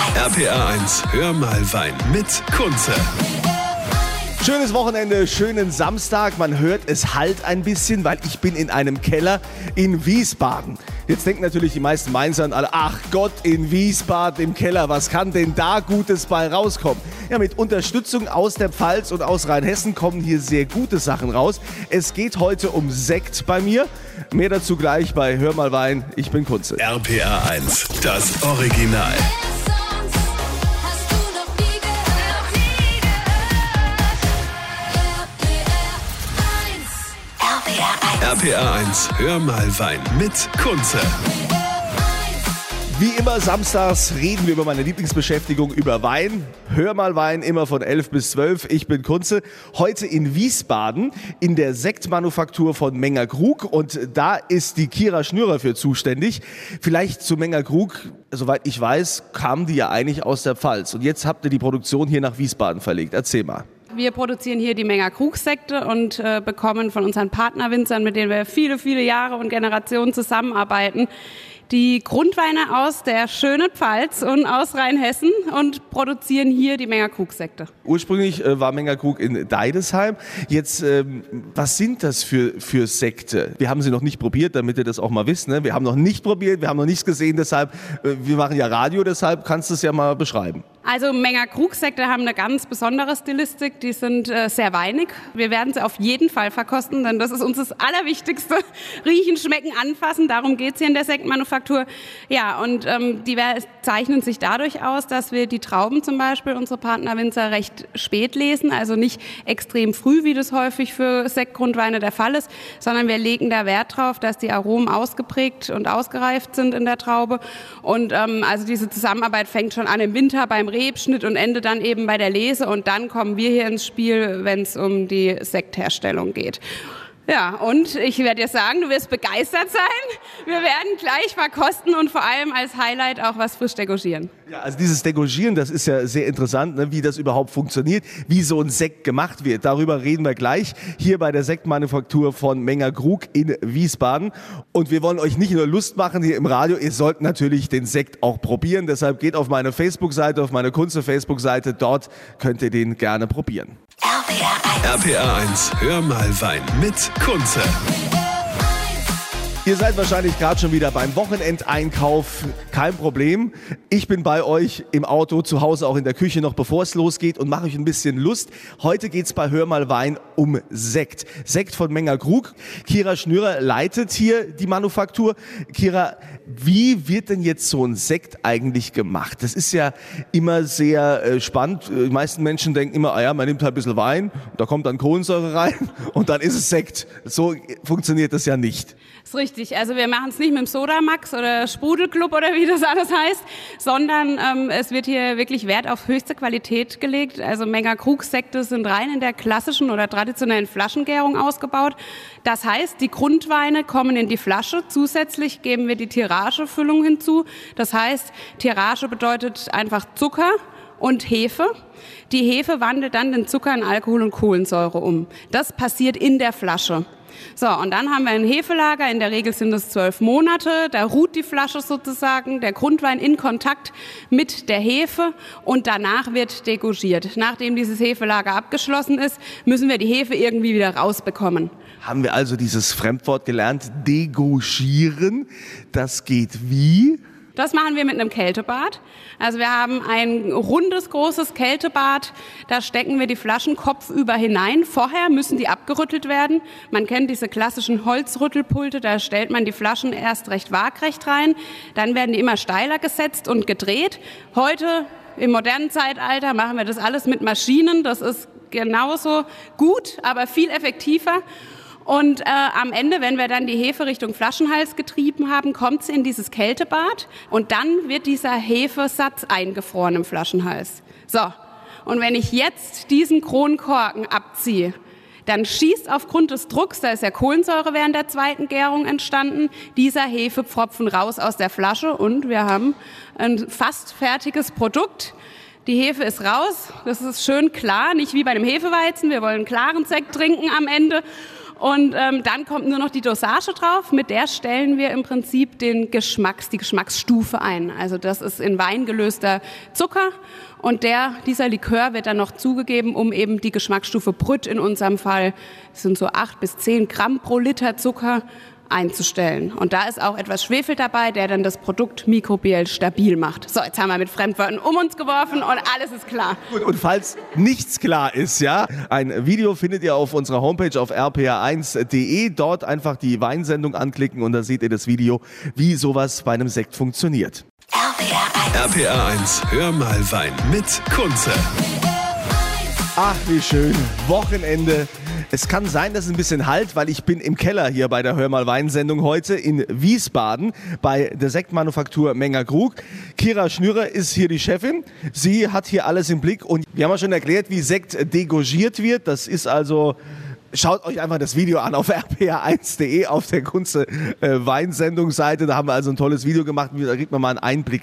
RPA 1, hör mal Wein mit Kunze. Schönes Wochenende, schönen Samstag. Man hört, es hallt ein bisschen, weil ich bin in einem Keller in Wiesbaden. Jetzt denken natürlich die meisten Mainzer alle, ach Gott, in Wiesbaden im Keller, was kann denn da Gutes bei rauskommen? Ja, mit Unterstützung aus der Pfalz und aus Rheinhessen kommen hier sehr gute Sachen raus. Es geht heute um Sekt bei mir. Mehr dazu gleich bei Hör mal Wein. Ich bin Kunze. RPA 1, das Original. RPA 1, hör mal Wein mit Kunze. Wie immer samstags reden wir über meine Lieblingsbeschäftigung, über Wein. Hör mal Wein, immer von 11 bis 12. Ich bin Kunze. Heute in Wiesbaden in der Sektmanufaktur von Menger Krug. Und da ist die Kira Schnürer für zuständig. Vielleicht zu Menger Krug, soweit ich weiß, kamen die ja eigentlich aus der Pfalz. Und jetzt habt ihr die Produktion hier nach Wiesbaden verlegt. Erzähl mal. Wir produzieren hier die Menger Krug-Sekte und bekommen von unseren Partnerwinzern, mit denen wir viele, viele Jahre und Generationen zusammenarbeiten, die Grundweine aus der schönen Pfalz und aus Rheinhessen und produzieren hier die Menger Krug-Sekte. Ursprünglich war Menger Krug in Deidesheim. Jetzt, was sind das für Sekte? Wir haben sie noch nicht probiert, damit ihr das auch mal wisst. Ne? Wir haben noch nicht probiert, wir haben noch nichts gesehen, deshalb, wir machen ja Radio, deshalb kannst du es ja mal beschreiben. Also Menger Krug-Sekte haben eine ganz besondere Stilistik, die sind sehr weinig. Wir werden sie auf jeden Fall verkosten, denn das ist uns das Allerwichtigste. Riechen, schmecken, anfassen, darum geht's hier in der Sektmanufaktur. Ja, und die zeichnen sich dadurch aus, dass wir die Trauben zum Beispiel, unsere Partnerwinzer, recht spät lesen, also nicht extrem früh, wie das häufig für Sektgrundweine der Fall ist, sondern wir legen da Wert drauf, dass die Aromen ausgeprägt und ausgereift sind in der Traube. Und also diese Zusammenarbeit fängt schon an im Winter beim Rebschnitt und endet dann eben bei der Lese und dann kommen wir hier ins Spiel, wenn es um die Sektherstellung geht. Ja, und ich werde dir sagen, du wirst begeistert sein. Wir werden gleich verkosten und vor allem als Highlight auch was frisch degorgieren. Ja, also dieses Degorgieren, das ist ja sehr interessant, ne, wie das überhaupt funktioniert, wie so ein Sekt gemacht wird. Darüber reden wir gleich hier bei der Sektmanufaktur von Menger Krug in Wiesbaden. Und wir wollen euch nicht nur Lust machen hier im Radio, ihr sollt natürlich den Sekt auch probieren. Deshalb geht auf meine Facebook-Seite, auf meine Kunze-Facebook-Seite, dort könnt ihr den gerne probieren. RPA 1, hör mal Wein mit Kunze. Ihr seid wahrscheinlich gerade schon wieder beim Wochenendeinkauf. Kein Problem. Ich bin bei euch im Auto, zu Hause, auch in der Küche noch, bevor es losgeht und mache euch ein bisschen Lust. Heute geht's bei Hör mal Wein um Sekt. Sekt von Menger Krug. Kira Schnürer leitet hier die Manufaktur. Kira, wie wird denn jetzt so ein Sekt eigentlich gemacht? Das ist ja immer sehr spannend. Die meisten Menschen denken immer, man nimmt halt ein bisschen Wein, da kommt dann Kohlensäure rein und dann ist es Sekt. So funktioniert das ja nicht. Das ist richtig. Also wir machen es nicht mit dem Sodamax oder Sprudelclub oder wie das alles heißt, sondern es wird hier wirklich Wert auf höchste Qualität gelegt. Also Menger Krug-Sekte sind rein in der klassischen oder traditionellen Flaschengärung ausgebaut. Das heißt, die Grundweine kommen in die Flasche. Zusätzlich geben wir die Tiragefüllung hinzu. Das heißt, Tirage bedeutet einfach Zucker und Hefe. Die Hefe wandelt dann den Zucker in Alkohol und Kohlensäure um. Das passiert in der Flasche. So, und dann haben wir ein Hefelager, in der Regel sind es 12 Monate, da ruht die Flasche sozusagen, der Grundwein in Kontakt mit der Hefe und danach wird degorgiert. Nachdem dieses Hefelager abgeschlossen ist, müssen wir die Hefe irgendwie wieder rausbekommen. Haben wir also dieses Fremdwort gelernt, degorgieren, das geht wie? Das machen wir mit einem Kältebad. Also wir haben ein rundes, großes Kältebad. Da stecken wir die Flaschen kopfüber hinein. Vorher müssen die abgerüttelt werden. Man kennt diese klassischen Holzrüttelpulte. Da stellt man die Flaschen erst recht waagrecht rein. Dann werden die immer steiler gesetzt und gedreht. Heute, im modernen Zeitalter, machen wir das alles mit Maschinen. Das ist genauso gut, aber viel effektiver. Und am Ende, wenn wir dann die Hefe Richtung Flaschenhals getrieben haben, kommt sie in dieses Kältebad und dann wird dieser Hefesatz eingefroren im Flaschenhals. So, und wenn ich jetzt diesen Kronkorken abziehe, dann schießt aufgrund des Drucks, da ist ja Kohlensäure während der zweiten Gärung entstanden, dieser Hefepfropfen raus aus der Flasche und wir haben ein fast fertiges Produkt. Die Hefe ist raus, das ist schön klar, nicht wie bei einem Hefeweizen, wir wollen klaren Sekt trinken am Ende. Und dann kommt nur noch die Dosage drauf. Mit der stellen wir im Prinzip die Geschmacksstufe ein. Also das ist in Wein gelöster Zucker. Und dieser Likör wird dann noch zugegeben, um eben die Geschmacksstufe Brüt in unserem Fall, das sind so 8 bis 10 Gramm pro Liter Zucker, einzustellen. Und da ist auch etwas Schwefel dabei, der dann das Produkt mikrobiell stabil macht. So, jetzt haben wir mit Fremdwörtern um uns geworfen und alles ist klar. Gut, und falls nichts klar ist, ja, ein Video findet ihr auf unserer Homepage auf rpa1.de. Dort einfach die Weinsendung anklicken und dann seht ihr das Video, wie sowas bei einem Sekt funktioniert. RPA 1, hör mal Wein mit Kunze. Ach, wie schön. Wochenende. Es kann sein, dass es ein bisschen halt, weil ich bin im Keller hier bei der Hör mal Wein-Sendung heute in Wiesbaden bei der Sektmanufaktur Menger Krug. Kira Schnürer ist hier die Chefin. Sie hat hier alles im Blick und wir haben ja schon erklärt, wie Sekt degorgiert wird. Das ist also... Schaut euch einfach das Video an auf rpa1.de auf der Kunze Weinsendungsseite. Da haben wir also ein tolles Video gemacht. Da kriegt man mal einen Einblick.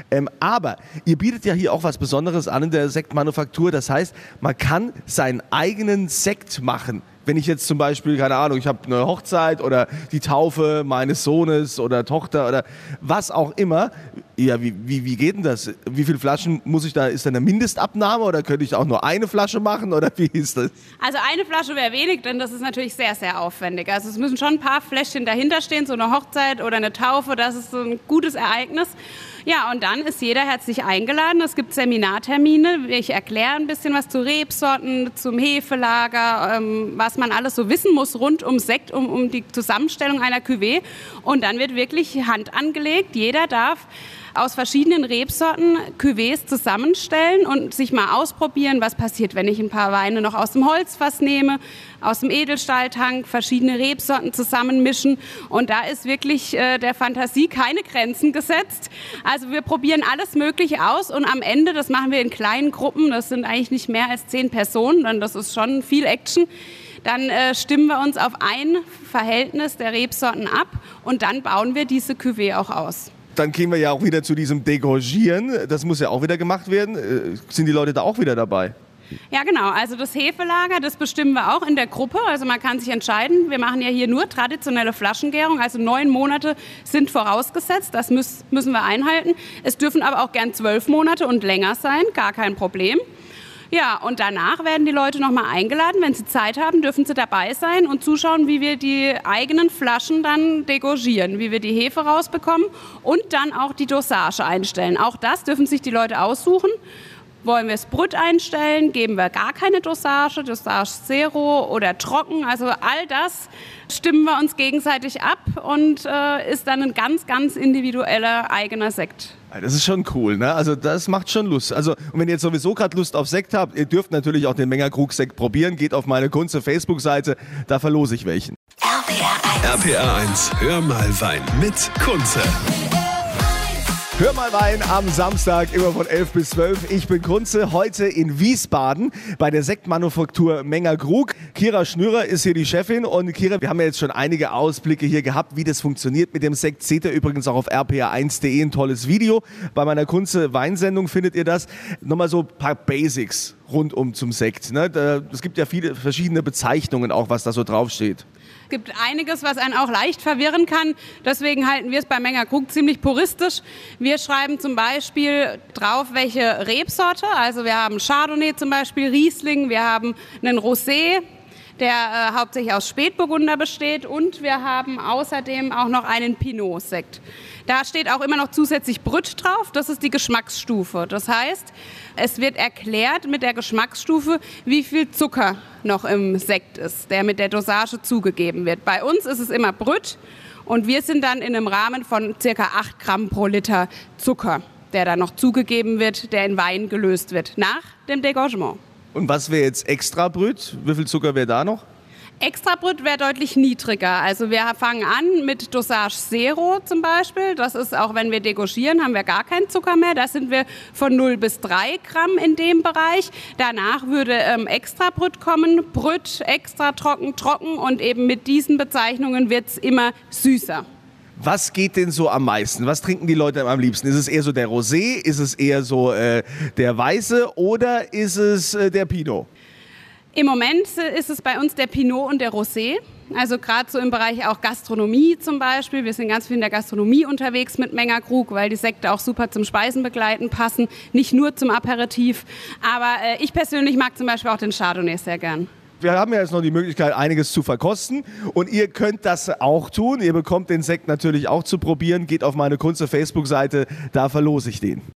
Aber ihr bietet ja hier auch was Besonderes an in der Sektmanufaktur. Das heißt, man kann seinen eigenen Sekt machen. Wenn ich jetzt zum Beispiel, keine Ahnung, ich habe eine Hochzeit oder die Taufe meines Sohnes oder Tochter oder was auch immer. Ja, wie geht denn das? Wie viele Flaschen muss ich da? Ist da eine Mindestabnahme oder könnte ich auch nur eine Flasche machen oder wie ist das? Also eine Flasche wäre wenig, denn das ist natürlich sehr, sehr aufwendig. Also es müssen schon ein paar Fläschchen dahinter stehen, so eine Hochzeit oder eine Taufe, das ist so ein gutes Ereignis. Ja, und dann ist jeder herzlich eingeladen. Es gibt Seminartermine. Ich erkläre ein bisschen was zu Rebsorten, zum Hefelager, was man alles so wissen muss rund um Sekt, um die Zusammenstellung einer Cuvée. Und dann wird wirklich Hand angelegt. Jeder darf aus verschiedenen Rebsorten Cuvées zusammenstellen und sich mal ausprobieren, was passiert, wenn ich ein paar Weine noch aus dem Holzfass nehme, aus dem Edelstahltank, verschiedene Rebsorten zusammenmischen. Und da ist wirklich der Fantasie keine Grenzen gesetzt. Also wir probieren alles Mögliche aus und am Ende, das machen wir in kleinen Gruppen, das sind eigentlich nicht mehr als 10 Personen, denn das ist schon viel Action. Dann stimmen wir uns auf ein Verhältnis der Rebsorten ab und dann bauen wir diese Cuvée auch aus. Dann gehen wir ja auch wieder zu diesem Degorgieren. Das muss ja auch wieder gemacht werden. Sind die Leute da auch wieder dabei? Ja, genau. Also das Hefelager, das bestimmen wir auch in der Gruppe. Also man kann sich entscheiden. Wir machen ja hier nur traditionelle Flaschengärung. Also 9 Monate sind vorausgesetzt. Das müssen wir einhalten. Es dürfen aber auch gern 12 Monate und länger sein. Gar kein Problem. Ja, und danach werden die Leute nochmal eingeladen. Wenn sie Zeit haben, dürfen sie dabei sein und zuschauen, wie wir die eigenen Flaschen dann degorgieren, wie wir die Hefe rausbekommen und dann auch die Dosage einstellen. Auch das dürfen sich die Leute aussuchen. Wollen wir es Brüt einstellen, geben wir gar keine Dosage, Dosage Zero oder trocken. Also all das stimmen wir uns gegenseitig ab und ist dann ein ganz, ganz individueller eigener Sekt. Das ist schon cool, ne? Also das macht schon Lust. Also und wenn ihr jetzt sowieso gerade Lust auf Sekt habt, ihr dürft natürlich auch den Menger Krug Sekt probieren. Geht auf meine Kunze Facebook-Seite, da verlose ich welchen. RPA 1, hör mal Wein mit Kunze. Hör mal Wein am Samstag, immer von 11 bis 12. Ich bin Kunze, heute in Wiesbaden bei der Sektmanufaktur Menger Krug. Kira Schnürer ist hier die Chefin. Und Kira, wir haben ja jetzt schon einige Ausblicke hier gehabt, wie das funktioniert mit dem Sekt. Seht ihr übrigens auch auf rpa1.de ein tolles Video. Bei meiner Kunze Weinsendung findet ihr das. Nochmal so ein paar Basics rundum zum Sekt. Ne? Es gibt ja viele verschiedene Bezeichnungen auch, was da so draufsteht. Es gibt einiges, was einen auch leicht verwirren kann. Deswegen halten wir es bei Menger Krug ziemlich puristisch. Wir schreiben zum Beispiel drauf, welche Rebsorte. Also wir haben Chardonnay zum Beispiel, Riesling, wir haben einen Rosé, der hauptsächlich aus Spätburgunder besteht. Und wir haben außerdem auch noch einen Pinot-Sekt. Da steht auch immer noch zusätzlich Brüt drauf, das ist die Geschmacksstufe. Das heißt, es wird erklärt mit der Geschmacksstufe, wie viel Zucker noch im Sekt ist, der mit der Dosage zugegeben wird. Bei uns ist es immer Brüt und wir sind dann in einem Rahmen von ca. 8 Gramm pro Liter Zucker, der dann noch zugegeben wird, der in Wein gelöst wird, nach dem Degorgement. Und was wäre jetzt extra Brüt? Wie viel Zucker wäre da noch? Extrabrüt wäre deutlich niedriger. Also wir fangen an mit Dosage Zero zum Beispiel. Das ist auch, wenn wir degorgieren, haben wir gar keinen Zucker mehr. Da sind wir von 0 bis 3 Gramm in dem Bereich. Danach würde Extrabrüt kommen. Brüt, extra trocken, trocken. Und eben mit diesen Bezeichnungen wird es immer süßer. Was geht denn so am meisten? Was trinken die Leute am liebsten? Ist es eher so der Rosé? Ist es eher so der Weiße? Oder ist es der Pinot? Im Moment ist es bei uns der Pinot und der Rosé. Also gerade so im Bereich auch Gastronomie zum Beispiel. Wir sind ganz viel in der Gastronomie unterwegs mit Mengerkrug, weil die Sekte auch super zum Speisenbegleiten passen, nicht nur zum Aperitif. Aber ich persönlich mag zum Beispiel auch den Chardonnay sehr gern. Wir haben ja jetzt noch die Möglichkeit, einiges zu verkosten und ihr könnt das auch tun. Ihr bekommt den Sekt natürlich auch zu probieren. Geht auf meine Kunze Facebook-Seite, da verlose ich den.